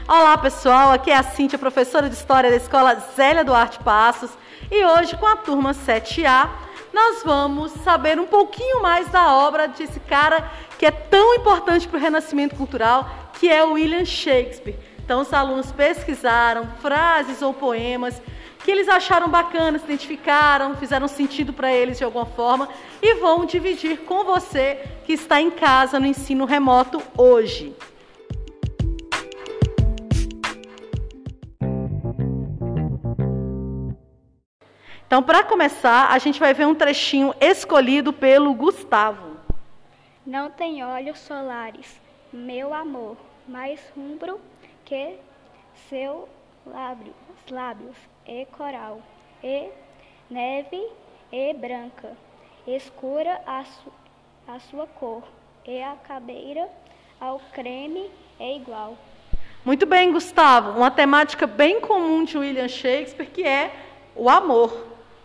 Olá pessoal, aqui é a Cíntia, professora de História da Escola Zélia Duarte Passos, e hoje com a turma 7A nós vamos saber um pouquinho mais da obra desse cara que é tão importante para o renascimento cultural, que é o William Shakespeare. Então os alunos pesquisaram frases ou poemas que eles acharam bacanas, se identificaram, fizeram sentido para eles de alguma forma e vão dividir com você que está em casa no ensino remoto hoje. Então, para começar, a gente vai ver um trechinho escolhido pelo Gustavo. Não tem olhos solares, meu amor, mais rubro que seus lábios, e coral, e neve, e branca, escura a sua cor, e a cabeira ao creme é igual. Muito bem, Gustavo. Uma temática bem comum de William Shakespeare, que é o amor.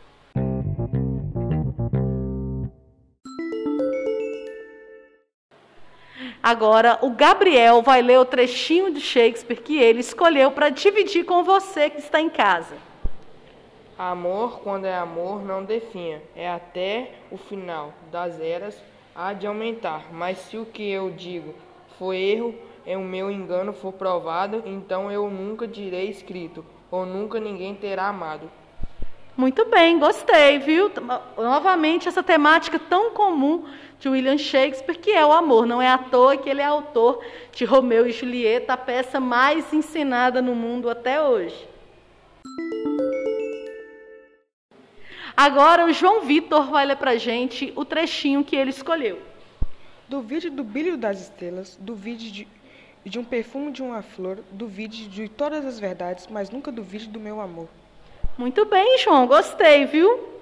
Agora, o Gabriel vai ler o trechinho de Shakespeare que ele escolheu para dividir com você que está em casa. Amor, quando é amor, não definha, é até o final das eras há de aumentar. Mas se o que eu digo for erro, e o meu engano for provado, então eu nunca direi escrito, ou nunca ninguém terá amado. Muito bem, gostei, viu? Novamente, essa temática tão comum de William Shakespeare, que é o amor. Não é à toa que ele é autor de Romeu e Julieta, a peça mais ensinada no mundo até hoje. Agora o João Vitor vai ler pra gente o trechinho que ele escolheu. Duvide do brilho das estrelas, duvide de um perfume de uma flor, duvide de todas as verdades, mas nunca duvide do meu amor. Muito bem, João, gostei, viu?